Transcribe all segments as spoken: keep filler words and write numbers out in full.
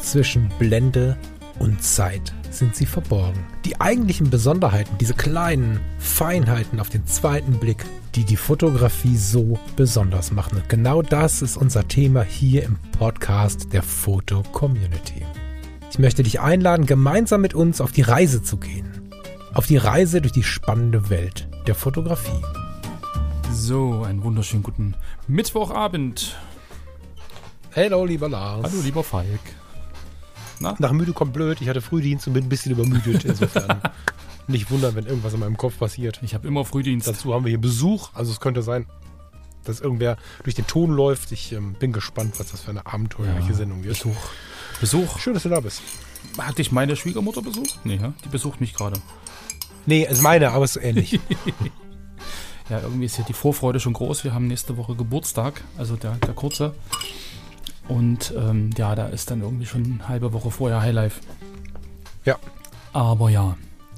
zwischen Blende und Zeit sind sie verborgen. Die eigentlichen Besonderheiten, diese kleinen Feinheiten auf den zweiten Blick, die die Fotografie so besonders machen. Und genau das ist unser Thema hier im Podcast der Foto-Community. Ich möchte dich einladen, gemeinsam mit uns auf die Reise zu gehen. Auf die Reise durch die spannende Welt der Fotografie. So, einen wunderschönen guten Mittwochabend. Hallo, lieber Lars. Hallo, lieber Falk. Na? Nach müde kommt blöd. Ich hatte Frühdienst und bin ein bisschen übermüdet. Insofern nicht wundern, wenn irgendwas in meinem Kopf passiert. Ich habe immer Frühdienst. Dazu haben wir hier Besuch. Also es könnte sein, dass irgendwer durch den Ton läuft. Ich ähm, bin gespannt, was das für eine abenteuerliche ja, Sendung wird. Besuch. Besuch. Schön, dass du da bist. Hat dich meine Schwiegermutter besucht? Nee, ja? Die besucht mich gerade. Nee, ist meine, aber ist so ähnlich. Ja, irgendwie ist hier die Vorfreude schon groß. Wir haben nächste Woche Geburtstag, also der, der kurze. Und ähm, ja, da ist dann irgendwie schon eine halbe Woche vorher Highlife. Ja. Aber ja.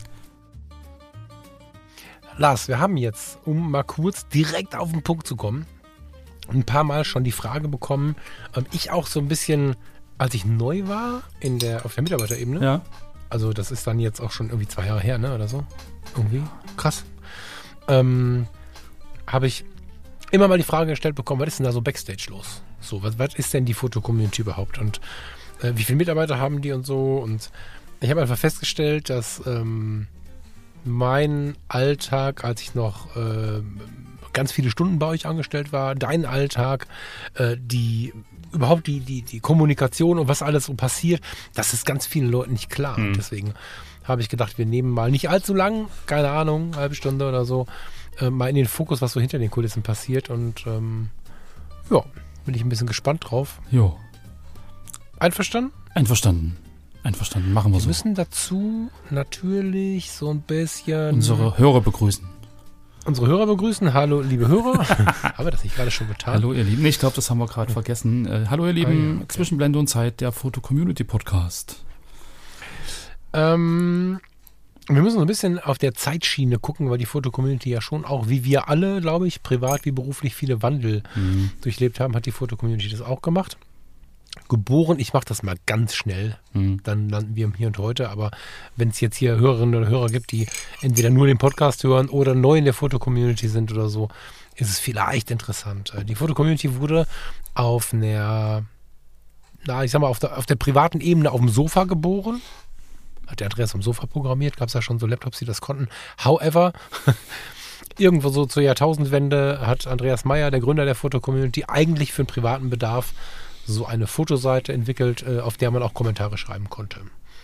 Lars, wir haben jetzt, um mal kurz direkt auf den Punkt zu kommen, ein paar Mal schon die Frage bekommen, ähm, ich auch so ein bisschen, als ich neu war in der, auf der Mitarbeiterebene, ja. Also das ist dann jetzt auch schon irgendwie zwei Jahre her, ne, oder so, irgendwie, krass, ähm, habe ich immer mal die Frage gestellt bekommen, was ist denn da so Backstage los? So, was, was ist denn die Foto-Community überhaupt? Und äh, wie viele Mitarbeiter haben die und so? Und ich habe einfach festgestellt, dass ähm, mein Alltag, als ich noch äh, ganz viele Stunden bei euch angestellt war, dein Alltag, äh, die überhaupt die, die, die Kommunikation und was alles so passiert, das ist ganz vielen Leuten nicht klar. Mhm. Und deswegen habe ich gedacht, wir nehmen mal nicht allzu lang, keine Ahnung, eine halbe Stunde oder so, äh, mal in den Fokus, was so hinter den Kulissen passiert. Und ähm, ja, bin ich ein bisschen gespannt drauf. Jo. Einverstanden? Einverstanden. Einverstanden. Machen wir, wir so. Wir müssen dazu natürlich so ein bisschen unsere Hörer begrüßen. Unsere Hörer begrüßen. Hallo, liebe Hörer. Haben wir das nicht gerade schon getan? Hallo, ihr Lieben. Nee, ich glaube, das haben wir gerade vergessen. Äh, hallo, ihr Lieben. Ah, ja, okay. Zwischen Blende und Zeit, der Foto-Community-Podcast. Ähm... Wir müssen so ein bisschen auf der Zeitschiene gucken, weil die Foto-Community ja schon auch, wie wir alle, glaube ich, privat wie beruflich viele Wandel mhm. durchlebt haben, hat die Foto-Community das auch gemacht. Geboren, ich mache das mal ganz schnell, mhm. dann landen wir im Hier und Heute, aber wenn es jetzt hier Hörerinnen oder Hörer gibt, die entweder nur den Podcast hören oder neu in der Foto-Community sind oder so, ist es vielleicht interessant. Die Foto-Community wurde auf einer, na, ich sag mal, auf der, auf der privaten Ebene auf dem Sofa geboren. Hat der Andreas am Sofa programmiert, gab es ja schon so Laptops, die das konnten. However, irgendwo so zur Jahrtausendwende hat Andreas Meyer, der Gründer der Foto-Community, eigentlich für den privaten Bedarf so eine Fotoseite entwickelt, auf der man auch Kommentare schreiben konnte.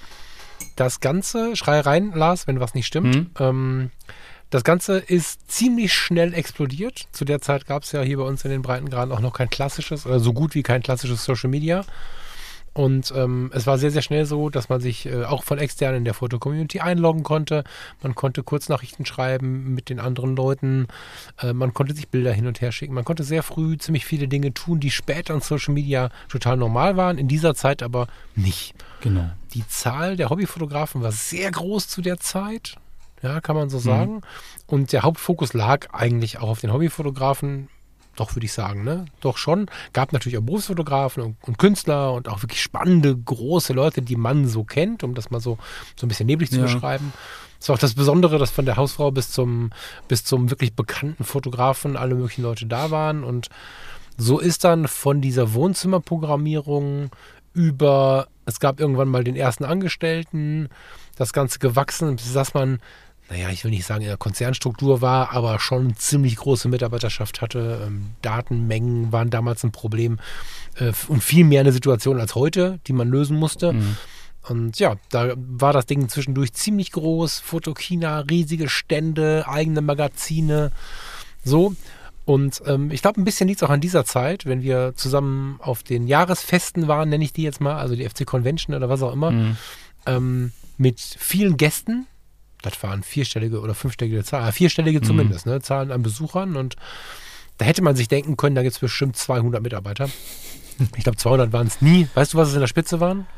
Das Ganze, schrei rein, Lars, wenn was nicht stimmt, mhm. ähm, das Ganze ist ziemlich schnell explodiert. Zu der Zeit gab es ja hier bei uns in den Breitengraden auch noch kein klassisches, oder so gut wie kein klassisches Social Media. Und ähm, es war sehr, sehr schnell so, dass man sich äh, auch von extern in der Foto-Community einloggen konnte. Man konnte Kurznachrichten schreiben mit den anderen Leuten. Äh, man konnte sich Bilder hin und her schicken. Man konnte sehr früh ziemlich viele Dinge tun, die später in Social Media total normal waren, in dieser Zeit aber nicht. Genau. Die Zahl der Hobbyfotografen war sehr groß zu der Zeit, ja, kann man so sagen. Mhm. Und der Hauptfokus lag eigentlich auch auf den Hobbyfotografen. Doch, würde ich sagen, ne? Doch schon. Gab natürlich auch Berufsfotografen und, und Künstler und auch wirklich spannende, große Leute, die man so kennt, um das mal so, so ein bisschen neblig zu ja. beschreiben. Das war auch das Besondere, dass von der Hausfrau bis zum, bis zum wirklich bekannten Fotografen alle möglichen Leute da waren. Und so ist dann von dieser Wohnzimmerprogrammierung über, es gab irgendwann mal den ersten Angestellten, das Ganze gewachsen, bis dass man, naja, ich will nicht sagen, in der Konzernstruktur war, aber schon ziemlich große Mitarbeiterschaft hatte. Ähm, Datenmengen waren damals ein Problem äh, und viel mehr eine Situation als heute, die man lösen musste. Mhm. Und ja, da war das Ding zwischendurch ziemlich groß. Fotokina, riesige Stände, eigene Magazine, so. Und ähm, ich glaube, ein bisschen liegt es auch an dieser Zeit, wenn wir zusammen auf den Jahresfesten waren, nenne ich die jetzt mal, also die F C Convention oder was auch immer, mhm. ähm, mit vielen Gästen. Das waren vierstellige oder fünfstellige Zahlen, vierstellige zumindest, mhm. ne, Zahlen an Besuchern. Und da hätte man sich denken können, da gibt es bestimmt zweihundert Mitarbeiter. Ich glaube, zweihundert waren es nie. Weißt du, was es in der Spitze waren?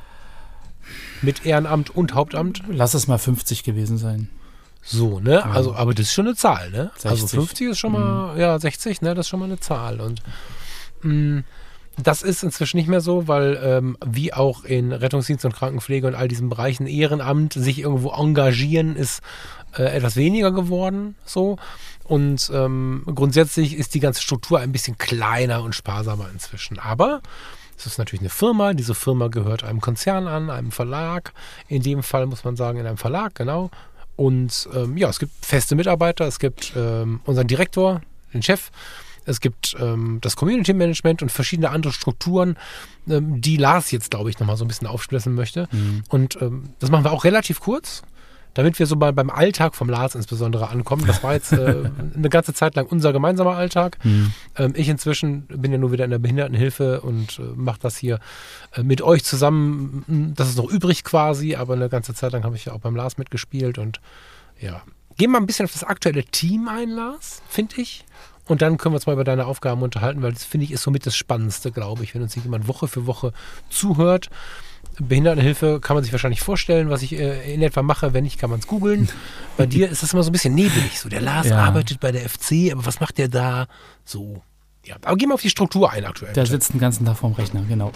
Mit Ehrenamt und Hauptamt? Lass es mal fünfzig gewesen sein. So, ne? Also, aber das ist schon eine Zahl, ne? sechzig. Also fünfzig ist schon mal, mhm. ja, sechzig, ne? Das ist schon mal eine Zahl. Und mh, Das ist inzwischen nicht mehr so, weil ähm, wie auch in Rettungsdienst und Krankenpflege und all diesen Bereichen Ehrenamt sich irgendwo engagieren, ist äh, etwas weniger geworden. So. Und ähm, grundsätzlich ist die ganze Struktur ein bisschen kleiner und sparsamer inzwischen. Aber es ist natürlich eine Firma. Diese Firma gehört einem Konzern an, einem Verlag. In dem Fall muss man sagen, in einem Verlag, genau. Und ähm, ja, es gibt feste Mitarbeiter. Es gibt ähm, unseren Direktor, den Chef. Es gibt ähm, das Community Management und verschiedene andere Strukturen, ähm, die Lars jetzt, glaube ich, nochmal so ein bisschen aufsplitten möchte. Mhm. Und ähm, das machen wir auch relativ kurz, damit wir so mal beim Alltag vom Lars insbesondere ankommen. Das war jetzt äh, eine ganze Zeit lang unser gemeinsamer Alltag. Mhm. Ähm, ich inzwischen bin ja nur wieder in der Behindertenhilfe und äh, mache das hier äh, mit euch zusammen. Das ist noch übrig quasi, aber eine ganze Zeit lang habe ich ja auch beim Lars mitgespielt. Und ja, gehen wir mal ein bisschen auf das aktuelle Team ein, Lars, finde ich. Und dann können wir uns mal über deine Aufgaben unterhalten, weil das, finde ich, ist somit das Spannendste, glaube ich, wenn uns jemand Woche für Woche zuhört. Behindertenhilfe kann man sich wahrscheinlich vorstellen, was ich äh, in etwa mache. Wenn nicht, kann man es googeln. Bei dir ist das immer so ein bisschen nebelig. So, der Lars ja. arbeitet bei der F C, aber was macht der da? So, ja. Aber gehen wir auf die Struktur ein aktuell. Der sitzt den ganzen Tag vorm Rechner, genau.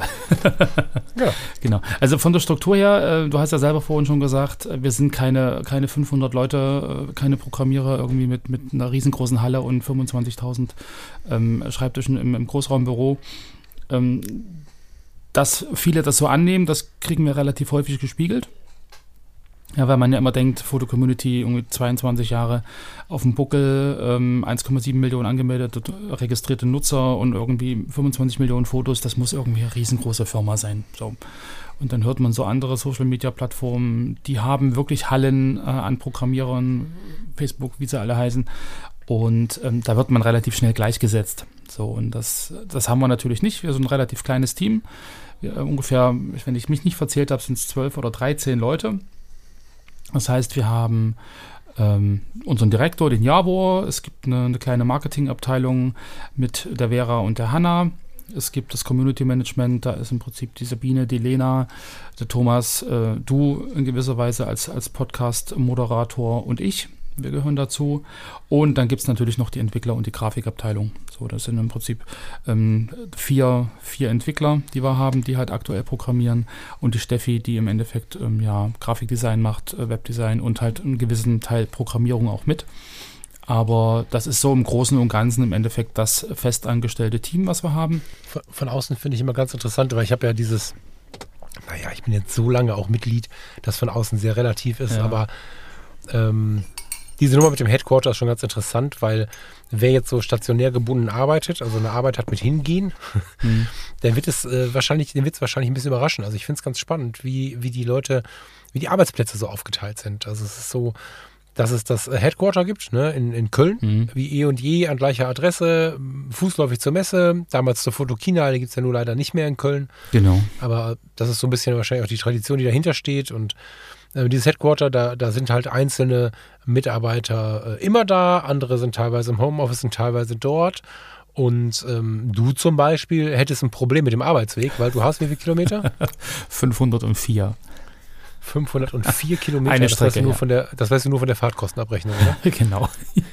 ja. Genau. Also von der Struktur her, äh, du hast ja selber vorhin schon gesagt, wir sind keine, keine fünfhundert Leute, äh, keine Programmierer irgendwie mit, mit einer riesengroßen Halle und fünfundzwanzigtausend ähm, Schreibtischen im, im Großraumbüro. Ähm, dass viele das so annehmen, das kriegen wir relativ häufig gespiegelt. Ja, weil man ja immer denkt, Foto-Community, irgendwie zweiundzwanzig Jahre auf dem Buckel, ähm, eins Komma sieben Millionen angemeldete, registrierte Nutzer und irgendwie fünfundzwanzig Millionen Fotos, das muss irgendwie eine riesengroße Firma sein. So. Und dann hört man so andere Social-Media-Plattformen, die haben wirklich Hallen äh, an Programmierern, Facebook, wie sie alle heißen. Und ähm, da wird man relativ schnell gleichgesetzt. So, und das, das haben wir natürlich nicht. Wir sind ein relativ kleines Team. Wir, äh, ungefähr, wenn ich mich nicht verzählt habe, sind es zwölf oder dreizehn Leute. Das heißt, wir haben ähm, unseren Direktor, den Javor. Es gibt eine, eine kleine Marketingabteilung mit der Vera und der Hanna. Es gibt das Community Management, da ist im Prinzip die Sabine, die Lena, der Thomas, äh, du in gewisser Weise als, als Podcast-Moderator und ich. Wir gehören dazu. Und dann gibt es natürlich noch die Entwickler und die Grafikabteilung. So, das sind im Prinzip ähm, vier, vier Entwickler, die wir haben, die halt aktuell programmieren. Und die Steffi, die im Endeffekt ähm, ja, Grafikdesign macht, äh, Webdesign und halt einen gewissen Teil Programmierung auch mit. Aber das ist so im Großen und Ganzen im Endeffekt das festangestellte Team, was wir haben. Von, von außen finde ich immer ganz interessant, weil ich habe ja dieses, naja, ich bin jetzt so lange auch Mitglied, das von außen sehr relativ ist, ja. aber ähm, diese Nummer mit dem Headquarter ist schon ganz interessant, weil wer jetzt so stationär gebunden arbeitet, also eine Arbeit hat mit Hingehen, mhm. der wird es äh, wahrscheinlich, den wird es wahrscheinlich ein bisschen überraschen. Also ich finde es ganz spannend, wie, wie die Leute, wie die Arbeitsplätze so aufgeteilt sind. Also es ist so, dass es das Headquarter gibt, ne, in, in Köln, mhm. wie eh und je an gleicher Adresse, fußläufig zur Messe, damals zur Fotokina, die gibt es ja nur leider nicht mehr in Köln. Genau. Aber das ist so ein bisschen wahrscheinlich auch die Tradition, die dahinter steht. Und äh, dieses Headquarter, da, da sind halt einzelne Mitarbeiter äh, immer da, andere sind teilweise im Homeoffice und teilweise dort. Und ähm, du zum Beispiel hättest ein Problem mit dem Arbeitsweg, weil du hast wie viele Kilometer? fünfhundertvier. fünfhundertvier Kilometer, Eine das, Strecke, weißt du nur ja. von der, das weißt du nur von der Fahrtkostenabrechnung, oder? Genau.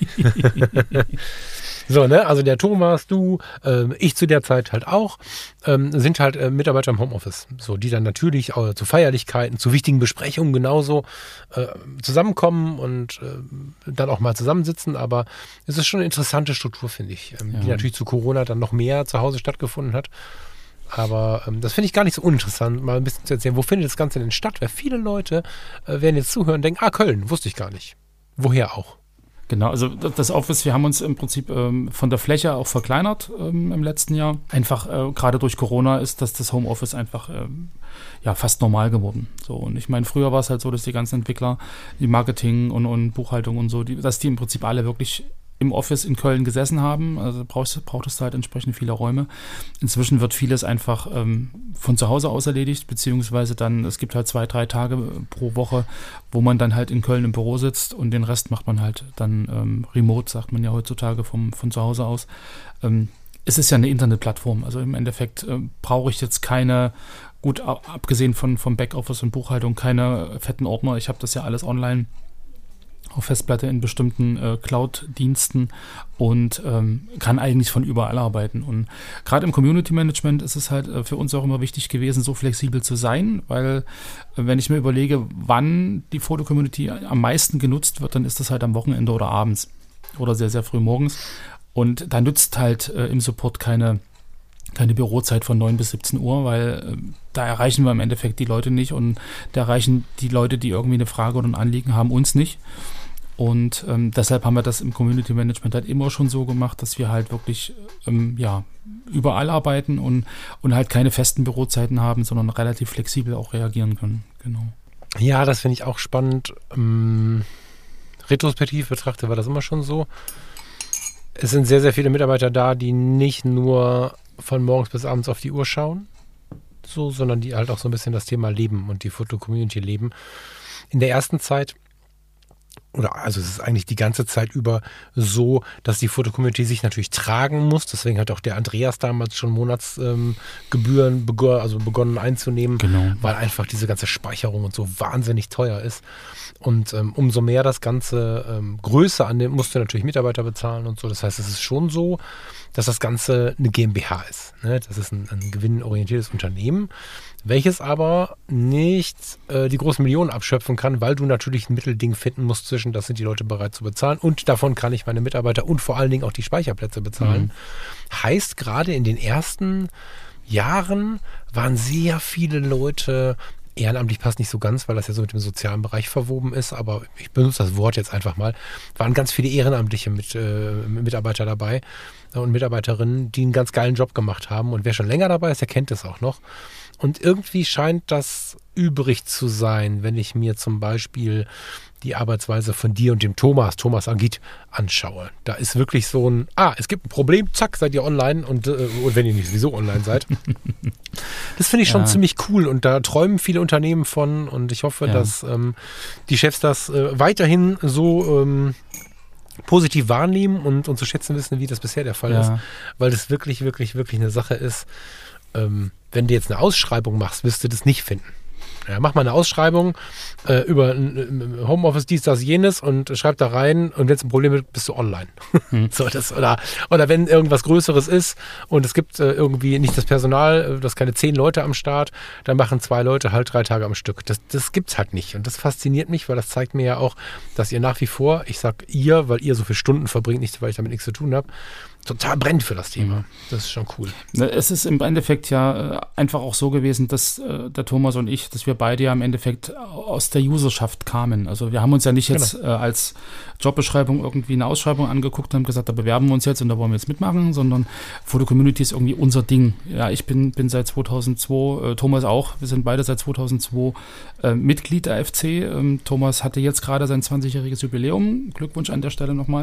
So, ne, also der Thomas, du, äh, ich zu der Zeit halt auch, ähm, sind halt äh, Mitarbeiter im Homeoffice. So, die dann natürlich auch zu Feierlichkeiten, zu wichtigen Besprechungen genauso äh, zusammenkommen und äh, dann auch mal zusammensitzen. Aber es ist schon eine interessante Struktur, finde ich, ähm, Ja. die natürlich zu Corona dann noch mehr zu Hause stattgefunden hat. Aber ähm, das finde ich gar nicht so uninteressant, mal ein bisschen zu erzählen, wo findet das Ganze denn statt? Weil viele Leute äh, werden jetzt zuhören und denken, ah, Köln, wusste ich gar nicht. Woher auch? Genau, also das Office, wir haben uns im Prinzip ähm, von der Fläche auch verkleinert ähm, im letzten Jahr. Einfach äh, gerade durch Corona ist das, das Homeoffice einfach ähm, ja, fast normal geworden. So, und ich meine, früher war es halt so, dass die ganzen Entwickler, die Marketing und, und Buchhaltung und so, die, dass die im Prinzip alle wirklich im Office in Köln gesessen haben. Also brauchst, brauchtest du halt entsprechend viele Räume. Inzwischen wird vieles einfach ähm, von zu Hause aus erledigt, beziehungsweise dann, es gibt halt zwei, drei Tage pro Woche, wo man dann halt in Köln im Büro sitzt und den Rest macht man halt dann ähm, remote, sagt man ja heutzutage vom, von zu Hause aus. Ähm, es ist ja eine Internetplattform, also im Endeffekt äh, brauche ich jetzt keine, gut, abgesehen von vom Backoffice und Buchhaltung, keine fetten Ordner. Ich habe das ja alles online. auf Festplatte in bestimmten äh, Cloud-Diensten und ähm, kann eigentlich von überall arbeiten. Und gerade im Community-Management ist es halt äh, für uns auch immer wichtig gewesen, so flexibel zu sein, weil äh, wenn ich mir überlege, wann die Foto-Community am meisten genutzt wird, dann ist das halt am Wochenende oder abends oder sehr, sehr früh morgens. Und da nützt halt äh, im Support keine keine Bürozeit von neun bis siebzehn Uhr, weil äh, da erreichen wir im Endeffekt die Leute nicht und da erreichen die Leute, die irgendwie eine Frage oder ein Anliegen haben, uns nicht. Und ähm, deshalb haben wir das im Community Management halt immer schon so gemacht, dass wir halt wirklich ähm, ja, überall arbeiten und, und halt keine festen Bürozeiten haben, sondern relativ flexibel auch reagieren können. Genau. Ja, das finde ich auch spannend. Ähm, retrospektiv betrachtet war das immer schon so. Es sind sehr, sehr viele Mitarbeiter da, die nicht nur von morgens bis abends auf die Uhr schauen, so, sondern die halt auch so ein bisschen das Thema leben und die Foto-Community leben. In der ersten Zeit, oder also es ist eigentlich die ganze Zeit über so, dass die Foto-Community sich natürlich tragen muss. Deswegen hat auch der Andreas damals schon Monatsgebühren ähm, begor- also begonnen einzunehmen, genau. Weil einfach diese ganze Speicherung und so wahnsinnig teuer ist. Und ähm, umso mehr das Ganze ähm, größer annimmt, musst du natürlich Mitarbeiter bezahlen und so. Das heißt, es ist schon so, dass das Ganze eine GmbH ist. Ne? Das ist ein, ein gewinnorientiertes Unternehmen, welches aber nicht äh, die großen Millionen abschöpfen kann, weil du natürlich ein Mittelding finden musst zwischen, das sind die Leute bereit zu bezahlen und davon kann ich meine Mitarbeiter und vor allen Dingen auch die Speicherplätze bezahlen. Mhm. Heißt, gerade in den ersten Jahren waren sehr viele Leute, ehrenamtlich passt nicht so ganz, weil das ja so mit dem sozialen Bereich verwoben ist, aber ich benutze das Wort jetzt einfach mal, waren ganz viele ehrenamtliche mit, äh, Mitarbeiter dabei und Mitarbeiterinnen, die einen ganz geilen Job gemacht haben und wer schon länger dabei ist, der kennt das auch noch. Und irgendwie scheint das übrig zu sein, wenn ich mir zum Beispiel die Arbeitsweise von dir und dem Thomas, Thomas Agit, anschaue. Da ist wirklich so ein, ah, es gibt ein Problem, zack, seid ihr online und, äh, und wenn ihr nicht sowieso online seid. Das finde ich schon ja. ziemlich cool und da träumen viele Unternehmen von und ich hoffe, ja. dass ähm, die Chefs das äh, weiterhin so ähm, positiv wahrnehmen und, und zu schätzen wissen, wie das bisher der Fall ja. ist, weil das wirklich, wirklich, wirklich eine Sache ist, ähm, wenn du jetzt eine Ausschreibung machst, wirst du das nicht finden. Ja, mach mal eine Ausschreibung äh, über ein Homeoffice, dies, das, jenes und schreib da rein und wenn es ein Problem ist, bist du online. Hm. So, das, oder, oder wenn irgendwas Größeres ist und es gibt äh, irgendwie nicht das Personal, du hast keine zehn Leute am Start, dann machen zwei Leute halt drei Tage am Stück. Das, das gibt's halt nicht und das fasziniert mich, weil das zeigt mir ja auch, dass ihr nach wie vor, ich sag ihr, weil ihr so viele Stunden verbringt, nicht weil ich damit nichts zu tun habe, total brennt für das Thema. Das ist schon cool. Es ist im Endeffekt ja einfach auch so gewesen, dass äh, der Thomas und ich, dass wir beide ja im Endeffekt aus der Userschaft kamen. Also wir haben uns ja nicht jetzt genau. äh, als Jobbeschreibung irgendwie eine Ausschreibung angeguckt und haben gesagt, da bewerben wir uns jetzt und da wollen wir jetzt mitmachen, sondern Foto-Community ist irgendwie unser Ding. Ja, ich bin, bin seit zweitausendzwei, äh, Thomas auch, wir sind beide seit zweitausendzwei äh, Mitglied der A F C. Ähm, Thomas hatte jetzt gerade sein zwanzigjähriges Jubiläum. Glückwunsch an der Stelle nochmal.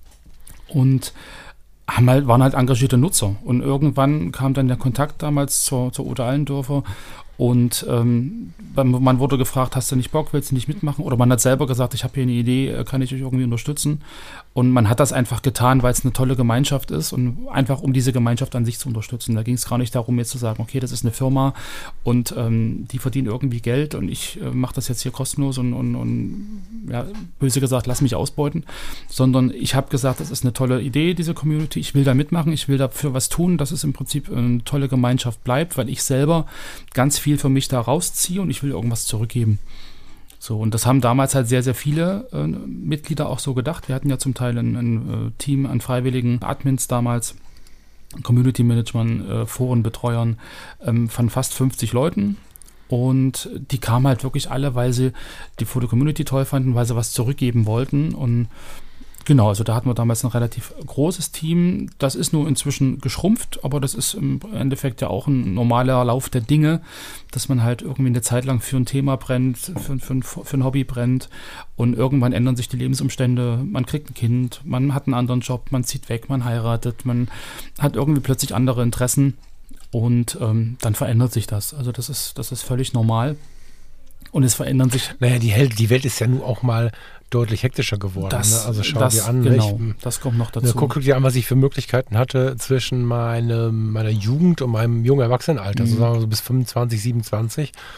Und haben halt, waren halt engagierte Nutzer. Und irgendwann kam dann der Kontakt damals zur, zur Ute Allendorfer und ähm, man wurde gefragt, hast du nicht Bock, willst du nicht mitmachen? Oder man hat selber gesagt, ich habe hier eine Idee, kann ich euch irgendwie unterstützen? Und man hat das einfach getan, weil es eine tolle Gemeinschaft ist und einfach um diese Gemeinschaft an sich zu unterstützen. Da ging es gar nicht darum, jetzt zu sagen, okay, das ist eine Firma und ähm, die verdienen irgendwie Geld und ich äh, mache das jetzt hier kostenlos und, und, und ja, böse gesagt, lass mich ausbeuten. Sondern ich habe gesagt, das ist eine tolle Idee, diese Community. Ich will da mitmachen, ich will dafür was tun, dass es im Prinzip eine tolle Gemeinschaft bleibt, weil ich selber ganz viel für mich da rausziehe und ich will irgendwas zurückgeben. So, und das haben damals halt sehr, sehr viele äh, Mitglieder auch so gedacht. Wir hatten ja zum Teil ein, ein äh, Team an freiwilligen Admins damals, Community Management, äh, Forenbetreuern ähm, von fast fünfzig Leuten. Und die kamen halt wirklich alle, weil sie die Foto-Community toll fanden, weil sie was zurückgeben wollten. Und genau, also da hatten wir damals ein relativ großes Team. Das ist nur inzwischen geschrumpft, aber das ist im Endeffekt ja auch ein normaler Lauf der Dinge, dass man halt irgendwie eine Zeit lang für ein Thema brennt, für, für, ein, für ein Hobby brennt und irgendwann ändern sich die Lebensumstände. Man kriegt ein Kind, man hat einen anderen Job, man zieht weg, man heiratet, man hat irgendwie plötzlich andere Interessen und ähm, dann verändert sich das. Also das ist, das ist völlig normal. Und es verändern sich. Naja, die, Hel- die Welt ist ja nun auch mal deutlich hektischer geworden. Das, ne? Also schau das, dir an. Genau, ich, das kommt noch dazu. Ne, guck dir an, was ich für Möglichkeiten hatte zwischen meine, meiner Jugend und meinem jungen Erwachsenenalter. Mhm. Also sagen wir so bis fünfundzwanzig, siebenundzwanzig.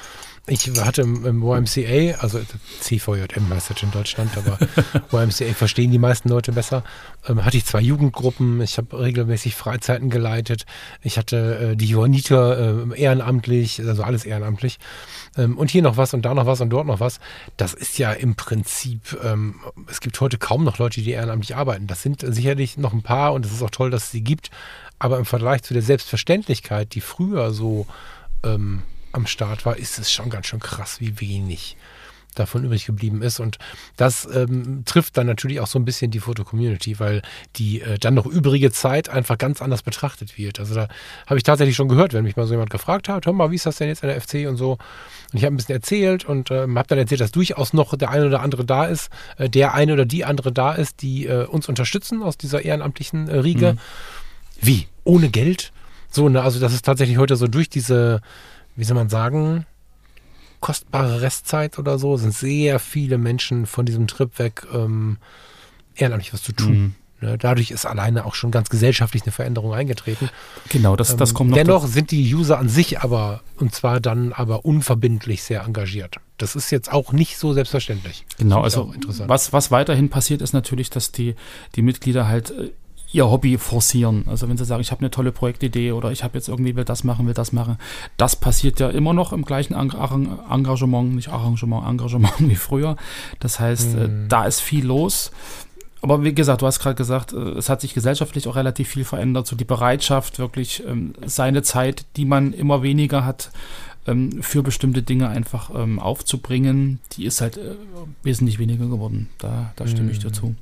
Ich hatte im, im Y M C A, also C V J M heißt das in Deutschland, aber Y M C A verstehen die meisten Leute besser, ähm, hatte ich zwei Jugendgruppen, ich habe regelmäßig Freizeiten geleitet, ich hatte äh, die Johanniter äh, ehrenamtlich, also alles ehrenamtlich ähm, und hier noch was und da noch was und dort noch was. Das ist ja im Prinzip, ähm, es gibt heute kaum noch Leute, die ehrenamtlich arbeiten. Das sind sicherlich noch ein paar und es ist auch toll, dass es sie gibt, aber im Vergleich zu der Selbstverständlichkeit, die früher so ähm, am Start war, ist es schon ganz schön krass, wie wenig davon übrig geblieben ist. Und das ähm, trifft dann natürlich auch so ein bisschen die Foto-Community, weil die äh, dann noch übrige Zeit einfach ganz anders betrachtet wird. Also da habe ich tatsächlich schon gehört, wenn mich mal so jemand gefragt hat, hör mal, wie ist das denn jetzt in der F C und so. Und ich habe ein bisschen erzählt und ähm, habe dann erzählt, dass durchaus noch der eine oder andere da ist, äh, der eine oder die andere da ist, die äh, uns unterstützen aus dieser ehrenamtlichen äh, Riege. Mhm. Wie? Ohne Geld? So, ne, also das ist tatsächlich heute so durch diese, wie soll man sagen, kostbare Restzeit oder so, sind sehr viele Menschen von diesem Trip weg, ähm, ehrenamtlich was zu tun. Mhm. Ne, dadurch ist alleine auch schon ganz gesellschaftlich eine Veränderung eingetreten. Genau, das, das kommt noch. Dennoch sind die User an sich aber, und zwar dann aber unverbindlich sehr engagiert. Das ist jetzt auch nicht so selbstverständlich. Genau, also was, was weiterhin passiert ist natürlich, dass die, die Mitglieder halt ihr Hobby forcieren. Also wenn sie sagen, ich habe eine tolle Projektidee oder ich habe jetzt irgendwie, will das machen, will das machen. Das passiert ja immer noch im gleichen Engagement, nicht Arrangement, Engagement wie früher. Das heißt, mhm. da ist viel los. Aber wie gesagt, du hast gerade gesagt, es hat sich gesellschaftlich auch relativ viel verändert. So die Bereitschaft, wirklich ähm, seine Zeit, die man immer weniger hat, ähm, für bestimmte Dinge einfach ähm, aufzubringen, die ist halt äh, wesentlich weniger geworden. Da, da stimme mhm. ich dir zu.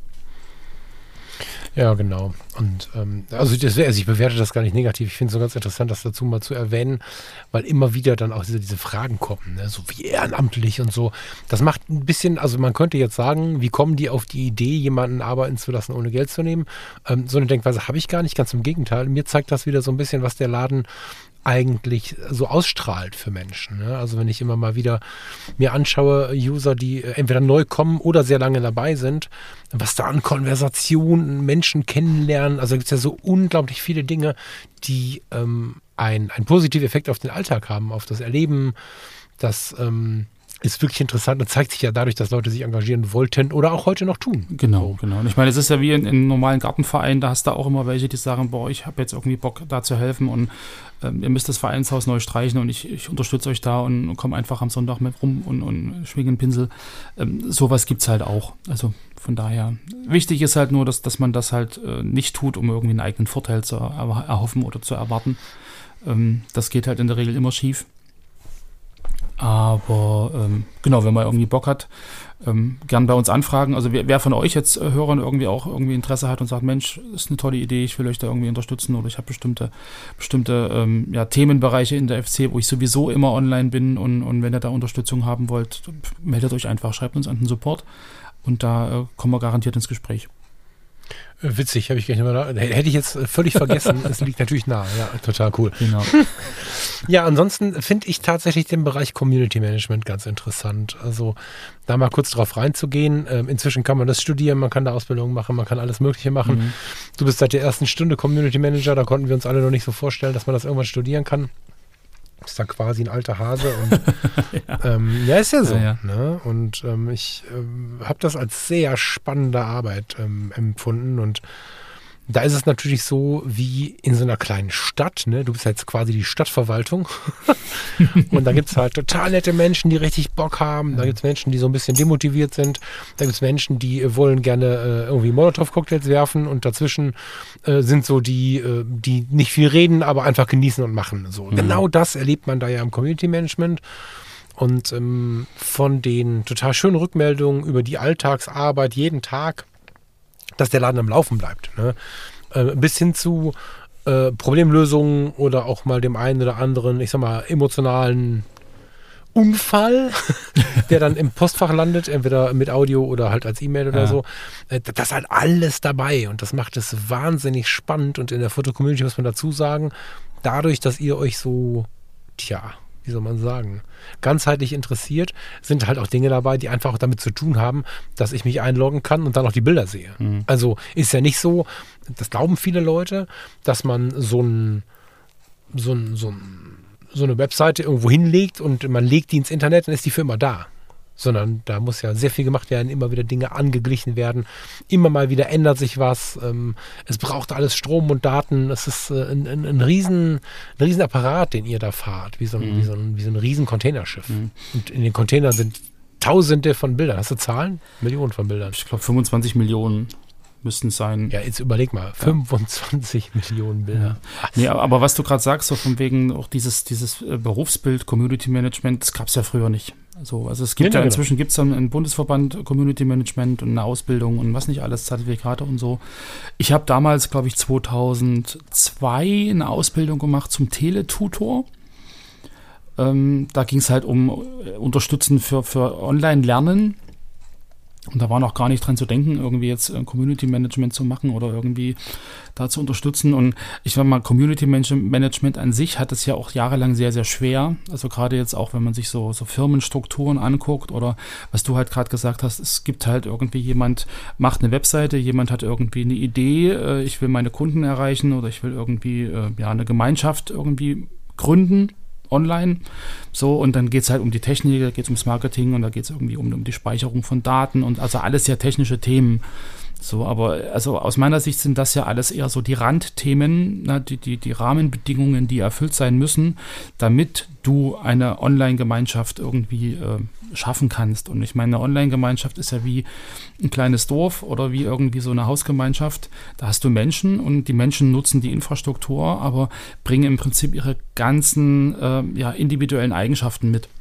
Ja, genau. Und ähm, also, das, also ich bewerte das gar nicht negativ. Ich finde es so ganz interessant, das dazu mal zu erwähnen, weil immer wieder dann auch diese, diese Fragen kommen, ne? So wie ehrenamtlich und so. Das macht ein bisschen, also man könnte jetzt sagen, wie kommen die auf die Idee, jemanden arbeiten zu lassen, ohne Geld zu nehmen? Ähm, so eine Denkweise habe ich gar nicht, ganz im Gegenteil. Mir zeigt das wieder so ein bisschen, was der Laden eigentlich so ausstrahlt für Menschen. Ne? Also wenn ich immer mal wieder mir anschaue, User, die entweder neu kommen oder sehr lange dabei sind, was da an Konversationen, Menschen kennenlernen, also gibt es ja so unglaublich viele Dinge, die ähm, ein, einen positiven Effekt auf den Alltag haben, auf das Erleben. Das ähm, ist wirklich interessant und zeigt sich ja dadurch, dass Leute sich engagieren wollten oder auch heute noch tun. Genau, so. genau. Und ich meine, es ist ja wie in, in einem normalen Gartenverein, da hast du auch immer welche, die sagen, boah, ich habe jetzt irgendwie Bock, da zu helfen und ähm, ihr müsst das Vereinshaus neu streichen und ich, ich unterstütze euch da und komme einfach am Sonntag mit rum und, und schwinge einen Pinsel. Ähm, sowas gibt es halt auch. Also von daher, wichtig ist halt nur, dass, dass man das halt äh, nicht tut, um irgendwie einen eigenen Vorteil zu er- erhoffen oder zu erwarten. Ähm, das geht halt in der Regel immer schief. Aber ähm, genau, wenn man irgendwie Bock hat, ähm, gern bei uns anfragen. Also wer, wer von euch jetzt äh, Hörern irgendwie auch irgendwie Interesse hat und sagt, Mensch, ist eine tolle Idee, ich will euch da irgendwie unterstützen oder ich habe bestimmte, bestimmte ähm, ja, Themenbereiche in der F C, wo ich sowieso immer online bin und, und wenn ihr da Unterstützung haben wollt, meldet euch einfach, schreibt uns an den Support und da äh, kommen wir garantiert ins Gespräch. Witzig, habe ich gar nicht mehr da. Hätte ich jetzt völlig vergessen. Es liegt natürlich nah. Ja, total cool. Genau. Ja, ansonsten finde ich tatsächlich den Bereich Community Management ganz interessant. Also da mal kurz drauf reinzugehen. Ähm, inzwischen kann man das studieren, man kann da Ausbildungen machen, man kann alles Mögliche machen. Mhm. Du bist seit der ersten Stunde Community Manager, da konnten wir uns alle noch nicht so vorstellen, dass man das irgendwann studieren kann. Ist da quasi ein alter Hase und ja, ähm, ja ist ja so. Ja, ja. Ne? Und ähm, ich ähm, habe das als sehr spannende Arbeit ähm, empfunden und da ist es natürlich so wie in so einer kleinen Stadt, ne? Du bist jetzt quasi die Stadtverwaltung und da gibt es halt total nette Menschen, die richtig Bock haben, da gibt es Menschen, die so ein bisschen demotiviert sind, da gibt es Menschen, die äh, wollen gerne äh, irgendwie Molotow-Cocktails werfen und dazwischen äh, sind so die, äh, die nicht viel reden, aber einfach genießen und machen. So. Mhm. Genau das erlebt man da ja im Community Management. Und ähm, von den total schönen Rückmeldungen über die Alltagsarbeit jeden Tag, dass der Laden am Laufen bleibt. Ne? Äh, bis hin zu äh, Problemlösungen oder auch mal dem einen oder anderen, ich sag mal, emotionalen Unfall, der dann im Postfach landet, entweder mit Audio oder halt als E-Mail oder ja. so. Äh, das ist halt alles dabei und das macht es wahnsinnig spannend und in der Foto-Community muss man dazu sagen, dadurch, dass ihr euch so, tja, wie soll man sagen, ganzheitlich interessiert, sind halt auch Dinge dabei, die einfach auch damit zu tun haben, dass ich mich einloggen kann und dann auch die Bilder sehe. Mhm. Also ist ja nicht so, das glauben viele Leute, dass man so ein, so ein, so ein so eine Webseite irgendwo hinlegt und man legt die ins Internet, dann ist die für immer da. Sondern da muss ja sehr viel gemacht werden, immer wieder Dinge angeglichen werden, immer mal wieder ändert sich was, ähm, es braucht alles Strom und Daten, es ist äh, ein, ein, ein, riesen, ein riesen Apparat, den ihr da fahrt, wie so ein, mhm. wie so ein, wie so ein riesen Containerschiff. Mhm. Und in den Containern sind Tausende von Bildern. Hast du Zahlen? Millionen von Bildern. Ich glaube fünfundzwanzig Millionen müssten es sein. Ja, jetzt überleg mal, fünfundzwanzig ja. Millionen Bilder. Ja. Nee, aber was du gerade sagst, so von wegen auch dieses, dieses Berufsbild, Community Management, das gab es ja früher nicht. Also, also es gibt ja, ja inzwischen gibt es dann einen Bundesverband Community Management und eine Ausbildung und was nicht alles, Zertifikate und so. Ich habe damals, glaube ich, zweitausendzwei eine Ausbildung gemacht zum Teletutor. Ähm, da ging es halt um Unterstützen für, für Online-Lernen. Und da war noch gar nicht dran zu denken, irgendwie jetzt Community Management zu machen oder irgendwie da zu unterstützen. Und ich sag mal, Community Management an sich hat es ja auch jahrelang sehr, sehr schwer. Also gerade jetzt auch, wenn man sich so, so Firmenstrukturen anguckt oder was du halt gerade gesagt hast, es gibt halt irgendwie jemand, macht eine Webseite, jemand hat irgendwie eine Idee, ich will meine Kunden erreichen oder ich will irgendwie ja eine Gemeinschaft irgendwie gründen. Online, so, und dann geht es halt um die Technik, da geht es ums Marketing und da geht es irgendwie um, um die Speicherung von Daten und also alles ja technische Themen. So, aber also aus meiner Sicht sind das ja alles eher so die Randthemen, na, die, die, die Rahmenbedingungen, die erfüllt sein müssen, damit du eine Online-Gemeinschaft irgendwie äh, schaffen kannst. Und ich meine, eine Online-Gemeinschaft ist ja wie ein kleines Dorf oder wie irgendwie so eine Hausgemeinschaft. Da hast du Menschen und die Menschen nutzen die Infrastruktur, aber bringen im Prinzip ihre ganzen äh, ja, individuellen Eigenschaften mit.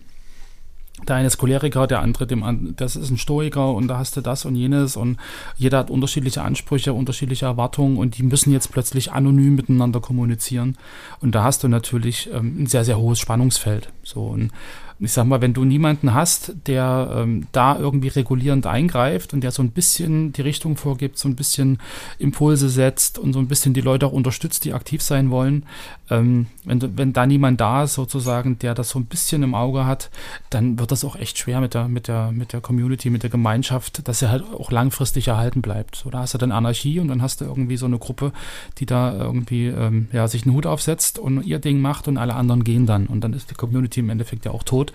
Der eine ist Choleriker, der andere, dem, das ist ein Stoiker und da hast du das und jenes und jeder hat unterschiedliche Ansprüche, unterschiedliche Erwartungen und die müssen jetzt plötzlich anonym miteinander kommunizieren und da hast du natürlich ähm, ein sehr, sehr hohes Spannungsfeld. So, und ich sag mal, wenn du niemanden hast, der ähm, da irgendwie regulierend eingreift und der so ein bisschen die Richtung vorgibt, so ein bisschen Impulse setzt und so ein bisschen die Leute auch unterstützt, die aktiv sein wollen, ähm, wenn, wenn da niemand da ist sozusagen, der das so ein bisschen im Auge hat, dann wird das auch echt schwer mit der, mit der, mit der Community, mit der Gemeinschaft, dass er halt auch langfristig erhalten bleibt. So, da hast du dann Anarchie und dann hast du irgendwie so eine Gruppe, die da irgendwie ähm, ja, sich einen Hut aufsetzt und ihr Ding macht und alle anderen gehen dann und dann ist die Community im Endeffekt ja auch tot.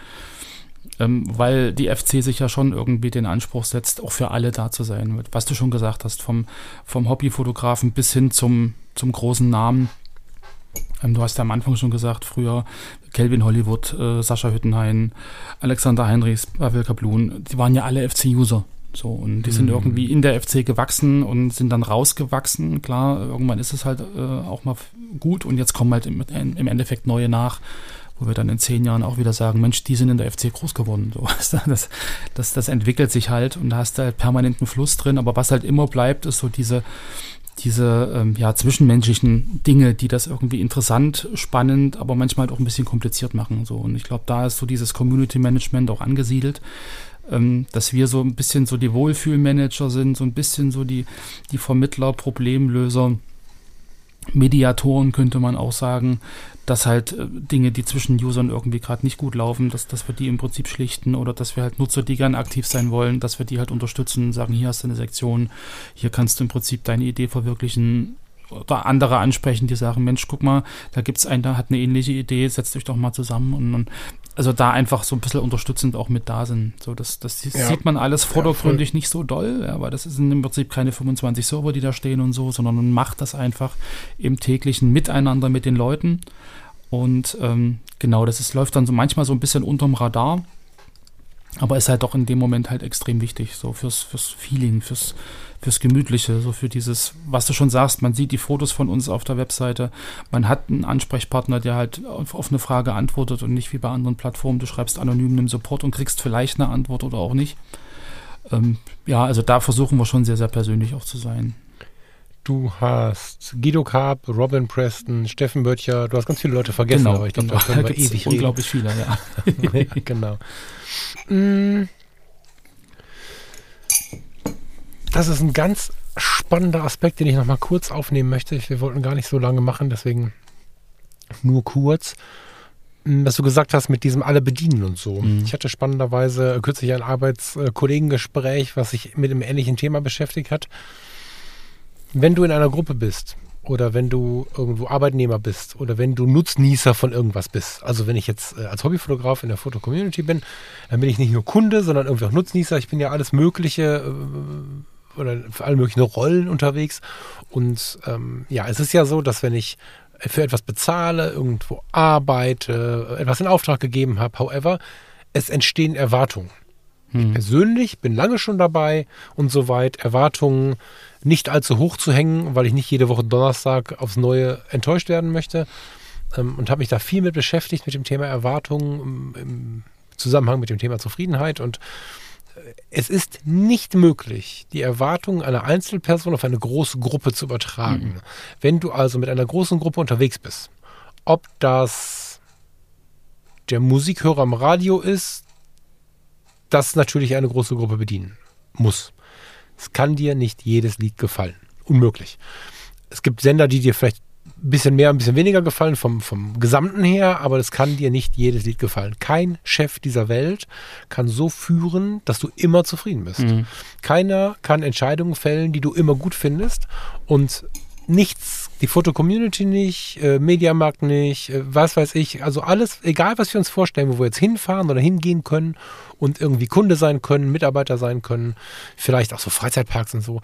Ähm, weil die F C sich ja schon irgendwie den Anspruch setzt, auch für alle da zu sein. Was du schon gesagt hast, vom, vom Hobbyfotografen bis hin zum, zum großen Namen. Ähm, du hast ja am Anfang schon gesagt, früher Kelvin Hollywood, äh, Sascha Hüttenhain, Alexander Heinrichs, Pavel Kaplun, die waren ja alle F C-User. So, und die sind mhm. irgendwie in der F C gewachsen und sind dann rausgewachsen. Klar, irgendwann ist es halt äh, auch mal gut und jetzt kommen halt im, im Endeffekt neue nach, wo wir dann in zehn Jahren auch wieder sagen, Mensch, die sind in der F C groß geworden. So, das, das, das entwickelt sich halt und da hast du halt permanenten Fluss drin, aber was halt immer bleibt, ist so diese, diese ähm, ja, zwischenmenschlichen Dinge, die das irgendwie interessant, spannend, aber manchmal halt auch ein bisschen kompliziert machen. So. Und ich glaube, da ist so dieses Community Management auch angesiedelt, ähm, dass wir so ein bisschen so die Wohlfühlmanager sind, so ein bisschen so die, die Vermittler, Problemlöser, Mediatoren könnte man auch sagen, dass halt äh, Dinge, die zwischen Usern irgendwie gerade nicht gut laufen, dass, dass wir die im Prinzip schlichten oder dass wir halt Nutzer, die gerne aktiv sein wollen, dass wir die halt unterstützen, sagen, hier hast du eine Sektion, hier kannst du im Prinzip deine Idee verwirklichen oder andere ansprechen, die sagen, Mensch, guck mal, da gibt es einen, der hat eine ähnliche Idee, setzt euch doch mal zusammen und, und also da einfach so ein bisschen unterstützend auch mit da sind. So, das, das ja. sieht man alles vordergründig ja, nicht so doll, ja, weil das sind im Prinzip keine fünfundzwanzig Server, die da stehen und so, sondern man macht das einfach im täglichen Miteinander mit den Leuten. Und ähm, genau, das ist, läuft dann so manchmal so ein bisschen unterm Radar, aber ist halt doch in dem Moment halt extrem wichtig, so fürs, fürs Feeling, fürs, fürs Gemütliche, so für dieses, was du schon sagst, man sieht die Fotos von uns auf der Webseite, man hat einen Ansprechpartner, der halt auf, auf eine Frage antwortet und nicht wie bei anderen Plattformen, du schreibst anonym im Support und kriegst vielleicht eine Antwort oder auch nicht. Ähm, ja, also da versuchen wir schon sehr, sehr persönlich auch zu sein. Du hast Guido Karp, Robin Preston, Steffen Böttcher, du hast ganz viele Leute vergessen, genau, aber ich glaube, genau. da können da wir ewig reden. Unglaublich viele, ja. Ja, genau. Das ist ein ganz spannender Aspekt, den ich noch mal kurz aufnehmen möchte. Wir wollten gar nicht so lange machen, deswegen nur kurz. Was du gesagt hast mit diesem alle bedienen und so. Mhm. Ich hatte spannenderweise kürzlich ein Arbeitskollegengespräch, was sich mit einem ähnlichen Thema beschäftigt hat. wenn du in einer Gruppe bist oder wenn du irgendwo Arbeitnehmer bist oder wenn du Nutznießer von irgendwas bist, also wenn ich jetzt äh, als Hobbyfotograf in der Foto-Community bin, dann bin ich nicht nur Kunde, sondern irgendwie auch Nutznießer. Ich bin ja alles Mögliche äh, oder für alle möglichen Rollen unterwegs. Und ähm, ja, es ist ja so, dass wenn ich für etwas bezahle, irgendwo arbeite, etwas in Auftrag gegeben habe, however, es entstehen Erwartungen. Hm. Ich persönlich bin lange schon dabei und soweit Erwartungen nicht allzu hoch zu hängen, weil ich nicht jede Woche Donnerstag aufs Neue enttäuscht werden möchte, ähm, und habe mich da viel mit beschäftigt mit dem Thema Erwartungen im, im Zusammenhang mit dem Thema Zufriedenheit, und es ist nicht möglich, die Erwartungen einer Einzelperson auf eine große Gruppe zu übertragen. Mhm. Wenn du also mit einer großen Gruppe unterwegs bist, ob das der Musikhörer am Radio ist, das natürlich eine große Gruppe bedienen muss. Es kann dir nicht jedes Lied gefallen. Unmöglich. Es gibt Sender, die dir vielleicht ein bisschen mehr, ein bisschen weniger gefallen vom, vom Gesamten her, aber das kann dir nicht jedes Lied gefallen. Kein Chef dieser Welt kann so führen, dass du immer zufrieden bist. Mhm. Keiner kann Entscheidungen fällen, die du immer gut findest, und nichts, die Foto-Community nicht, äh, Mediamarkt nicht, äh, was weiß ich, also alles, egal was wir uns vorstellen, wo wir jetzt hinfahren oder hingehen können und irgendwie Kunde sein können, Mitarbeiter sein können, vielleicht auch so Freizeitparks und so,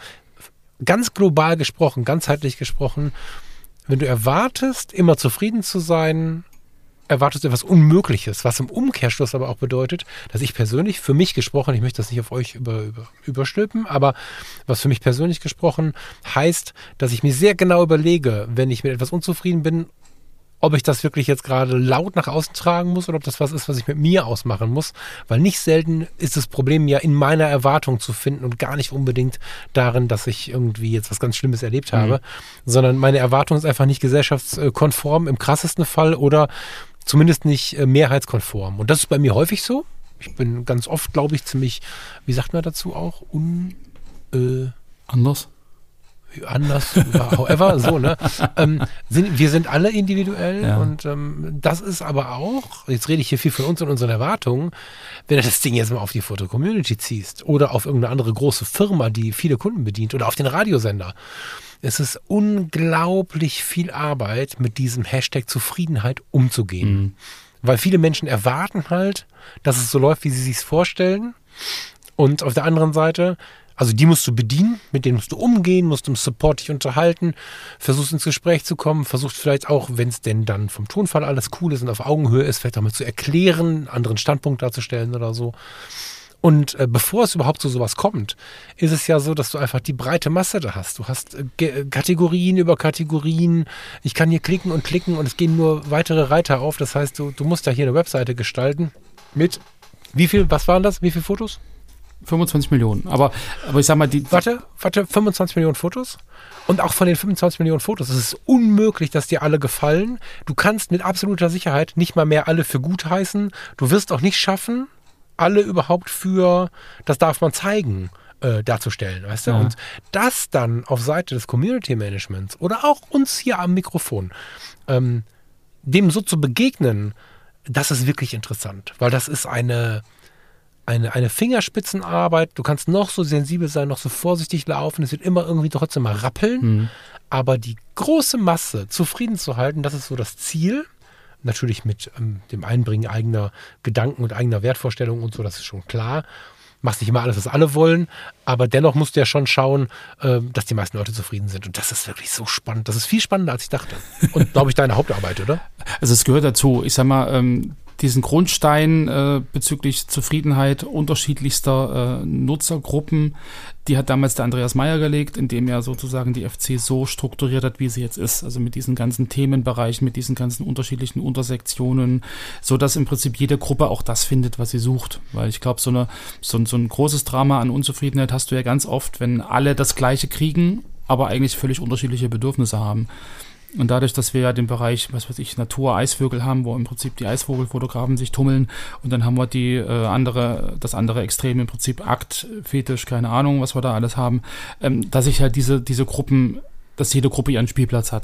ganz global gesprochen, ganzheitlich gesprochen, wenn du erwartest, immer zufrieden zu sein, erwartest du etwas Unmögliches, was im Umkehrschluss aber auch bedeutet, dass ich persönlich, für mich gesprochen, ich möchte das nicht auf euch über, über, überstülpen, aber was für mich persönlich gesprochen heißt, dass ich mir sehr genau überlege, wenn ich mit etwas unzufrieden bin, ob ich das wirklich jetzt gerade laut nach außen tragen muss oder ob das was ist, was ich mit mir ausmachen muss, weil nicht selten ist das Problem ja in meiner Erwartung zu finden und gar nicht unbedingt darin, dass ich irgendwie jetzt was ganz Schlimmes erlebt habe, mhm. sondern meine Erwartung ist einfach nicht gesellschaftskonform im krassesten Fall oder zumindest nicht mehrheitskonform. Und das ist bei mir häufig so. Ich bin ganz oft, glaube ich, ziemlich, wie sagt man dazu auch, un... Äh, Anders? Anders, however, so, ne? Ähm, sind, wir sind alle individuell, ja. Und ähm, das ist aber auch, jetzt rede ich hier viel von uns und unseren Erwartungen, wenn du das Ding jetzt mal auf die Foto-Community ziehst oder auf irgendeine andere große Firma, die viele Kunden bedient, oder auf den Radiosender. Es ist unglaublich viel Arbeit, mit diesem Hashtag Zufriedenheit umzugehen. Mhm. Weil viele Menschen erwarten halt, dass es so läuft, wie sie sich vorstellen. Und auf der anderen Seite, also die musst du bedienen, mit denen musst du umgehen, musst im Support dich unterhalten, versuchst ins Gespräch zu kommen, versuchst vielleicht auch, wenn es denn dann vom Tonfall alles cool ist und auf Augenhöhe ist, vielleicht auch mal zu erklären, einen anderen Standpunkt darzustellen oder so. Und äh, bevor es überhaupt zu sowas kommt, ist es ja so, dass du einfach die breite Masse da hast. Du hast äh, G- Kategorien über Kategorien. Ich kann hier klicken und klicken und es gehen nur weitere Reiter auf. Das heißt, du, du musst ja hier eine Webseite gestalten mit, wie viel, was waren das? Wie viele Fotos? fünfundzwanzig Millionen. Aber, aber ich sag mal, die... Warte, warte, fünfundzwanzig Millionen Fotos? Und auch von den fünfundzwanzig Millionen Fotos, es ist unmöglich, dass dir alle gefallen. Du kannst mit absoluter Sicherheit nicht mal mehr alle für gut heißen. Du wirst auch nicht schaffen, alle überhaupt für, das darf man zeigen, äh, darzustellen, weißt du? Ja. Und das dann auf Seite des Community Managements oder auch uns hier am Mikrofon, ähm, dem so zu begegnen, das ist wirklich interessant, weil das ist eine, eine, eine Fingerspitzenarbeit. Du kannst noch so sensibel sein, noch so vorsichtig laufen, es wird immer irgendwie trotzdem mal rappeln, mhm. aber die große Masse zufrieden zu halten, das ist so das Ziel. Natürlich mit ähm, dem Einbringen eigener Gedanken und eigener Wertvorstellungen und so, das ist schon klar. Machst nicht immer alles, was alle wollen, aber dennoch musst du ja schon schauen, äh, dass die meisten Leute zufrieden sind. Und das ist wirklich so spannend. Das ist viel spannender, als ich dachte. Und, glaube ich, deine Hauptarbeit, oder? Also es gehört dazu. Ich sag mal, ähm, diesen Grundstein äh, bezüglich Zufriedenheit unterschiedlichster äh, Nutzergruppen, die hat damals der Andreas Meyer gelegt, indem er sozusagen die F C so strukturiert hat, wie sie jetzt ist. Also mit diesen ganzen Themenbereichen, mit diesen ganzen unterschiedlichen Untersektionen, so dass im Prinzip jede Gruppe auch das findet, was sie sucht. Weil ich glaube, so, eine, so, so ein großes Drama an Unzufriedenheit hast du ja ganz oft, wenn alle das Gleiche kriegen, aber eigentlich völlig unterschiedliche Bedürfnisse haben. Und dadurch, dass wir ja den Bereich, was weiß ich, Natur, Eisvögel haben, wo im Prinzip die Eisvogelfotografen sich tummeln, und dann haben wir die äh, andere, das andere Extrem im Prinzip Akt, Fetisch, keine Ahnung, was wir da alles haben, ähm, dass sich halt diese, diese Gruppen, dass jede Gruppe ihren Spielplatz hat.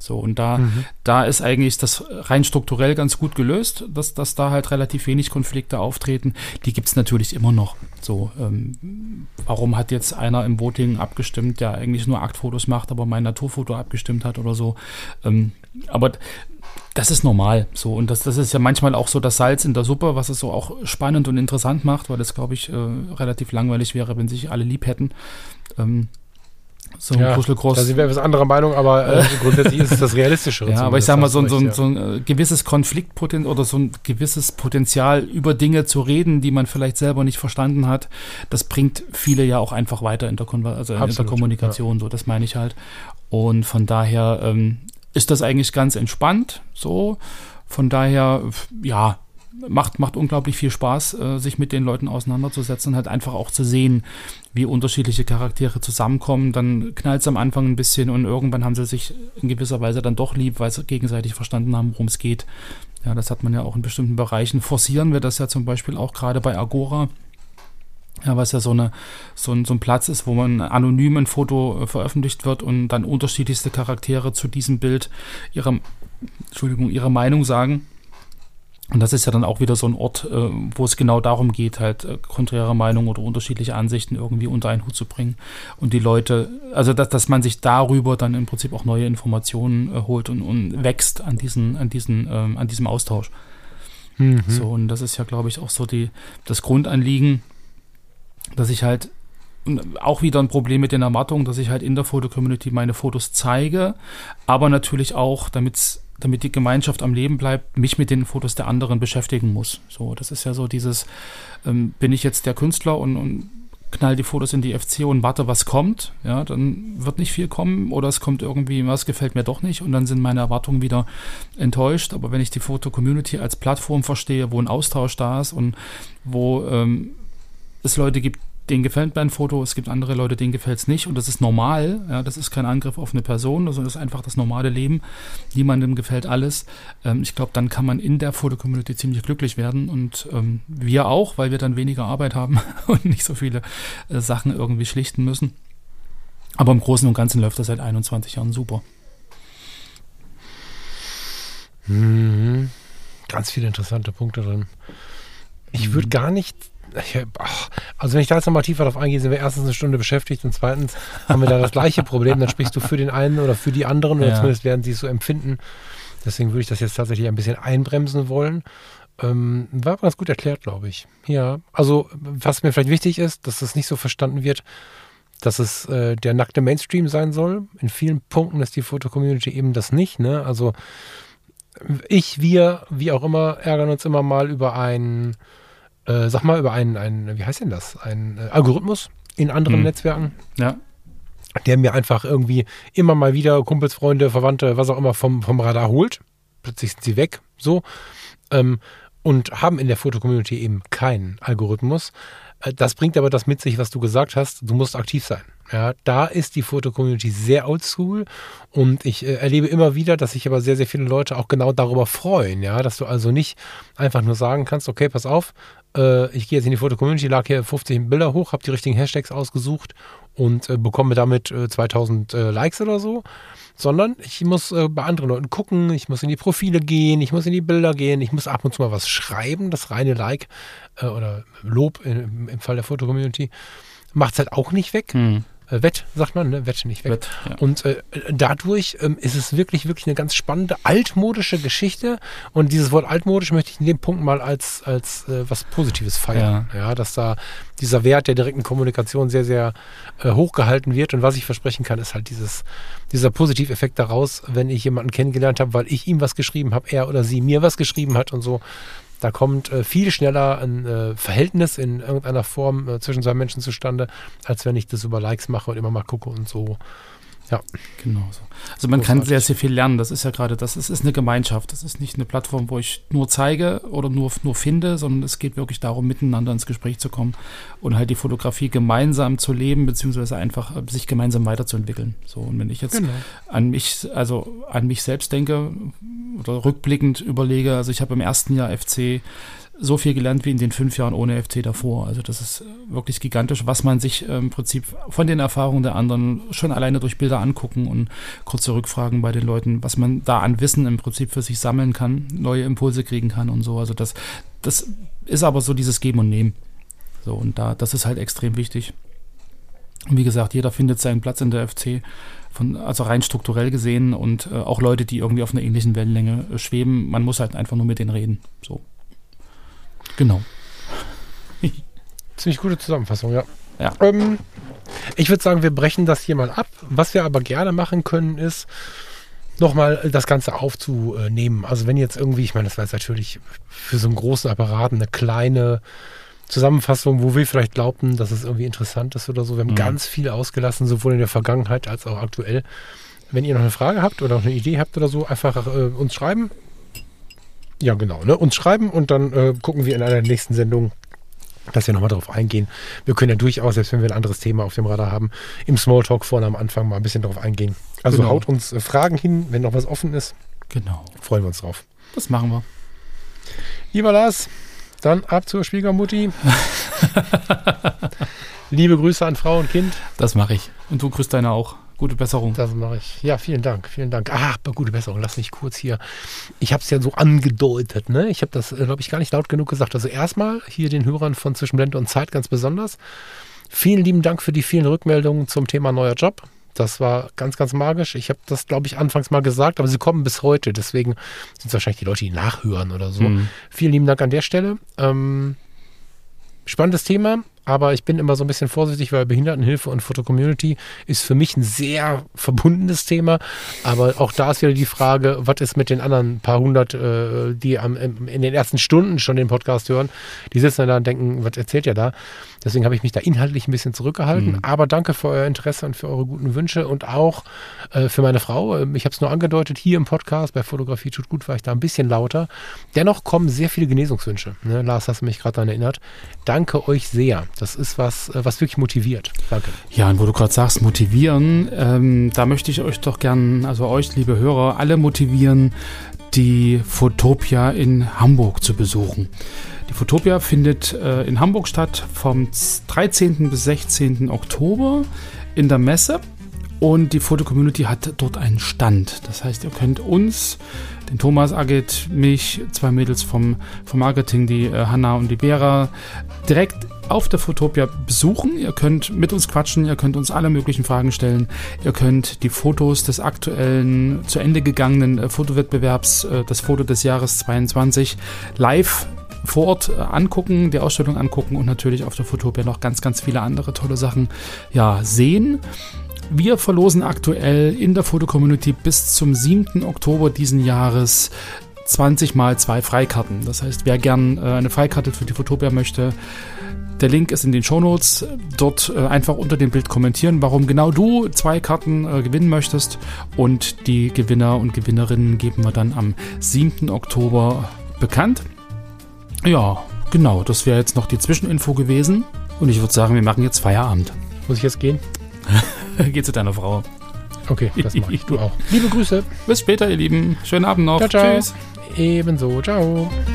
So, und da, mhm. da ist eigentlich das rein strukturell ganz gut gelöst, dass, dass da halt relativ wenig Konflikte auftreten. Die gibt es natürlich immer noch. So, ähm, warum hat jetzt einer im Voting abgestimmt, der eigentlich nur Aktfotos macht, aber mein Naturfoto abgestimmt hat oder so. Ähm, aber das ist normal. So, und das, das ist ja manchmal auch so das Salz in der Suppe, was es so auch spannend und interessant macht, weil das, glaube ich, äh, relativ langweilig wäre, wenn sich alle lieb hätten. Ähm, So ja, da sind wir etwas anderer Meinung, aber äh, grundsätzlich ist es das Realistischere. Ja, aber ich sag mal, so, so, so ein äh, gewisses Konfliktpotenzial oder so ein gewisses Potenzial über Dinge zu reden, die man vielleicht selber nicht verstanden hat, das bringt viele ja auch einfach weiter in der, Kon- also in der Kommunikation, ja. So, das meine ich halt. Und von daher ähm, ist das eigentlich ganz entspannt, so. Von daher, ja, Macht, macht unglaublich viel Spaß, äh, sich mit den Leuten auseinanderzusetzen und halt einfach auch zu sehen, wie unterschiedliche Charaktere zusammenkommen. Dann knallt es am Anfang ein bisschen und irgendwann haben sie sich in gewisser Weise dann doch lieb, weil sie gegenseitig verstanden haben, worum es geht. Ja, das hat man ja auch in bestimmten Bereichen. Forcieren wir das ja zum Beispiel auch gerade bei Agora. Ja, was ja so, eine, so, ein, so ein Platz ist, wo man anonym ein Foto äh, veröffentlicht wird und dann unterschiedlichste Charaktere zu diesem Bild ihre, Entschuldigung, ihre Meinung sagen. Und das ist ja dann auch wieder so ein Ort, äh, wo es genau darum geht, halt äh, konträre Meinungen oder unterschiedliche Ansichten irgendwie unter einen Hut zu bringen. Und die Leute, also dass, dass man sich darüber dann im Prinzip auch neue Informationen äh, holt und, und wächst an diesen, an diesen, ähm, an diesem Austausch. Mhm. So, und das ist ja, glaube ich, auch so die, das Grundanliegen, dass ich halt auch wieder ein Problem mit den Erwartungen, dass ich halt in der Foto-Community meine Fotos zeige, aber natürlich auch, damit's damit die Gemeinschaft am Leben bleibt, mich mit den Fotos der anderen beschäftigen muss. So, das ist ja so dieses, ähm, bin ich jetzt der Künstler und, und knall die Fotos in die F C und warte, was kommt, ja, dann wird nicht viel kommen oder es kommt irgendwie, was gefällt mir doch nicht und dann sind meine Erwartungen wieder enttäuscht. Aber wenn ich die Foto-Community als Plattform verstehe, wo ein Austausch da ist und wo ähm, es Leute gibt, denen gefällt mein Foto, es gibt andere Leute, denen gefällt es nicht und das ist normal, ja, das ist kein Angriff auf eine Person, also das ist einfach das normale Leben, niemandem gefällt alles. Ähm, ich glaube, dann kann man in der Foto-Community ziemlich glücklich werden und ähm, wir auch, weil wir dann weniger Arbeit haben und nicht so viele äh, Sachen irgendwie schlichten müssen. Aber im Großen und Ganzen läuft das seit einundzwanzig Jahren super. Mhm. Ganz viele interessante Punkte drin. Ich würde gar nicht Also wenn ich da jetzt nochmal tiefer drauf eingehe, sind wir erstens eine Stunde beschäftigt und zweitens haben wir da das gleiche Problem, dann sprichst du für den einen oder für die anderen oder ja. Zumindest werden sie es so empfinden. Deswegen würde ich das jetzt tatsächlich ein bisschen einbremsen wollen. Ähm, war ganz gut erklärt, glaube ich. Ja, also was mir vielleicht wichtig ist, dass das nicht so verstanden wird, dass es äh, der nackte Mainstream sein soll. In vielen Punkten ist die Foto-Community eben das nicht. Ne? Also ich, wir, wie auch immer, ärgern uns immer mal über einen Äh, sag mal, über einen, einen, wie heißt denn das? Ein äh, Algorithmus in anderen hm. Netzwerken. Ja. Der mir einfach irgendwie immer mal wieder Kumpels, Freunde, Verwandte, was auch immer vom, vom Radar holt. Plötzlich sind sie weg, so. Ähm, und haben in der Foto-Community eben keinen Algorithmus. Äh, das bringt aber das mit sich, was du gesagt hast. Du musst aktiv sein. Ja, da ist die Foto-Community sehr oldschool und ich äh, erlebe immer wieder, dass sich aber sehr, sehr viele Leute auch genau darüber freuen, ja, dass du also nicht einfach nur sagen kannst, okay, pass auf, äh, ich gehe jetzt in die Foto-Community, lag hier fünfzig Bilder hoch, habe die richtigen Hashtags ausgesucht und äh, bekomme damit äh, zweitausend äh, Likes oder so, sondern ich muss äh, bei anderen Leuten gucken, ich muss in die Profile gehen, ich muss in die Bilder gehen, ich muss ab und zu mal was schreiben, das reine Like äh, oder Lob in, im Fall der Foto-Community macht es halt auch nicht weg. Hm. Äh, Wett, sagt man, ne? Wett nicht weg. Wett, ja. Und äh, dadurch ähm, ist es wirklich, wirklich eine ganz spannende, altmodische Geschichte. Und dieses Wort altmodisch möchte ich in dem Punkt mal als, als äh, was Positives feiern. Ja. Ja, dass da dieser Wert der direkten Kommunikation sehr, sehr äh, hochgehalten wird. Und was ich versprechen kann, ist halt dieses, dieser Positiveffekt daraus, wenn ich jemanden kennengelernt habe, weil ich ihm was geschrieben habe, er oder sie mir was geschrieben hat und so. Da kommt äh, viel schneller ein äh, Verhältnis in irgendeiner Form äh, zwischen zwei Menschen zustande, als wenn ich das über Likes mache und immer mal gucke und so. Ja. Genau so. Also man Großartig. kann sehr, sehr viel lernen. Das ist ja gerade das. Es ist eine Gemeinschaft. Das ist nicht eine Plattform, wo ich nur zeige oder nur, nur finde, sondern es geht wirklich darum, miteinander ins Gespräch zu kommen und halt die Fotografie gemeinsam zu leben, beziehungsweise einfach sich gemeinsam weiterzuentwickeln. So, und wenn ich jetzt genau. an mich, also an mich selbst denke oder rückblickend überlege, also ich habe im ersten Jahr F C so viel gelernt wie in den fünf Jahren ohne F C davor. Also das ist wirklich gigantisch, was man sich äh, im Prinzip von den Erfahrungen der anderen schon alleine durch Bilder angucken und kurze Rückfragen bei den Leuten, was man da an Wissen im Prinzip für sich sammeln kann, neue Impulse kriegen kann und so. Also das, das ist aber so dieses Geben und Nehmen. So, und da, das ist halt extrem wichtig. Und wie gesagt, jeder findet seinen Platz in der F C, von, also rein strukturell gesehen, und äh, auch Leute, die irgendwie auf einer ähnlichen Wellenlänge äh, schweben. Man muss halt einfach nur mit denen reden. So. Genau. Ziemlich gute Zusammenfassung, ja. ja. Ähm, ich würde sagen, wir brechen das hier mal ab. Was wir aber gerne machen können, ist nochmal das Ganze aufzunehmen. Also wenn jetzt irgendwie, ich meine, das war jetzt natürlich für so einen großen Apparat eine kleine Zusammenfassung, wo wir vielleicht glaubten, dass es irgendwie interessant ist oder so. Wir haben mhm. ganz viel ausgelassen, sowohl in der Vergangenheit als auch aktuell. Wenn ihr noch eine Frage habt oder noch eine Idee habt oder so, einfach äh, uns schreiben. Ja, genau, ne? Uns schreiben und dann äh, gucken wir in einer der nächsten Sendungen, dass wir nochmal darauf eingehen. Wir können ja durchaus, selbst wenn wir ein anderes Thema auf dem Radar haben, im Smalltalk vorne am Anfang mal ein bisschen darauf eingehen. Also genau. Haut uns äh, Fragen hin, wenn noch was offen ist. Genau. Freuen wir uns drauf. Das machen wir. Lieber Lars, dann ab zur Schwiegermutti. Liebe Grüße an Frau und Kind. Das mache ich. Und du grüßt deine auch. Gute Besserung. Das mache ich. Ja, vielen Dank, vielen Dank. Ah, gute Besserung. Lass mich kurz hier. Ich habe es ja so angedeutet, ne? Ich habe das, glaube ich, gar nicht laut genug gesagt. Also erstmal hier den Hörern von Zwischen Blende und Zeit ganz besonders. Vielen lieben Dank für die vielen Rückmeldungen zum Thema neuer Job. Das war ganz, ganz magisch. Ich habe das, glaube ich, anfangs mal gesagt, aber sie kommen bis heute. Deswegen sind es wahrscheinlich die Leute, die nachhören oder so. Mhm. Vielen lieben Dank an der Stelle. Ähm, spannendes Thema. Aber ich bin immer so ein bisschen vorsichtig, weil Behindertenhilfe und Foto-Community ist für mich ein sehr verbundenes Thema. Aber auch da ist wieder die Frage, was ist mit den anderen paar hundert, äh, die am, in den ersten Stunden schon den Podcast hören? Die sitzen da und denken, was erzählt ihr da? Deswegen habe ich mich da inhaltlich ein bisschen zurückgehalten. Mhm. Aber danke für euer Interesse und für eure guten Wünsche und auch äh, für meine Frau. Ich habe es nur angedeutet, hier im Podcast bei Fotografie tut gut, war ich da ein bisschen lauter. Dennoch kommen sehr viele Genesungswünsche. Ne? Lars, hast du mich gerade daran erinnert. Danke euch sehr. Das ist was, was wirklich motiviert. Danke. Ja, und wo du gerade sagst, motivieren, ähm, da möchte ich euch doch gern, also euch, liebe Hörer, alle motivieren, die Fotopia in Hamburg zu besuchen. Die Fotopia findet äh, in Hamburg statt vom dreizehnten bis sechzehnten Oktober in der Messe. Und die Foto-Community hat dort einen Stand. Das heißt, ihr könnt uns, den Thomas, Agit, mich, zwei Mädels vom, vom Marketing, die äh, Hanna und die Vera, direkt auf der Fotopia besuchen. Ihr könnt mit uns quatschen, ihr könnt uns alle möglichen Fragen stellen. Ihr könnt die Fotos des aktuellen, zu Ende gegangenen äh, Fotowettbewerbs, äh, das Foto des Jahres zweiundzwanzig, live vor Ort äh, angucken, die Ausstellung angucken und natürlich auf der Fotopia noch ganz, ganz viele andere tolle Sachen ja, sehen. Wir verlosen aktuell in der Foto-Community bis zum siebten Oktober diesen Jahres zwanzig mal zwei Freikarten. Das heißt, wer gern äh, eine Freikarte für die Fotopia möchte, der Link ist in den Shownotes. Dort äh, einfach unter dem Bild kommentieren, warum genau du zwei Karten äh, gewinnen möchtest. Und die Gewinner und Gewinnerinnen geben wir dann am siebten Oktober bekannt. Ja, genau. Das wäre jetzt noch die Zwischeninfo gewesen. Und ich würde sagen, wir machen jetzt Feierabend. Muss ich jetzt gehen? Geh zu deiner Frau. Okay, das mache ich. Du auch. Liebe Grüße. Bis später, ihr Lieben. Schönen Abend noch. Ciao, ciao. Tschüss. Ebenso. Ciao.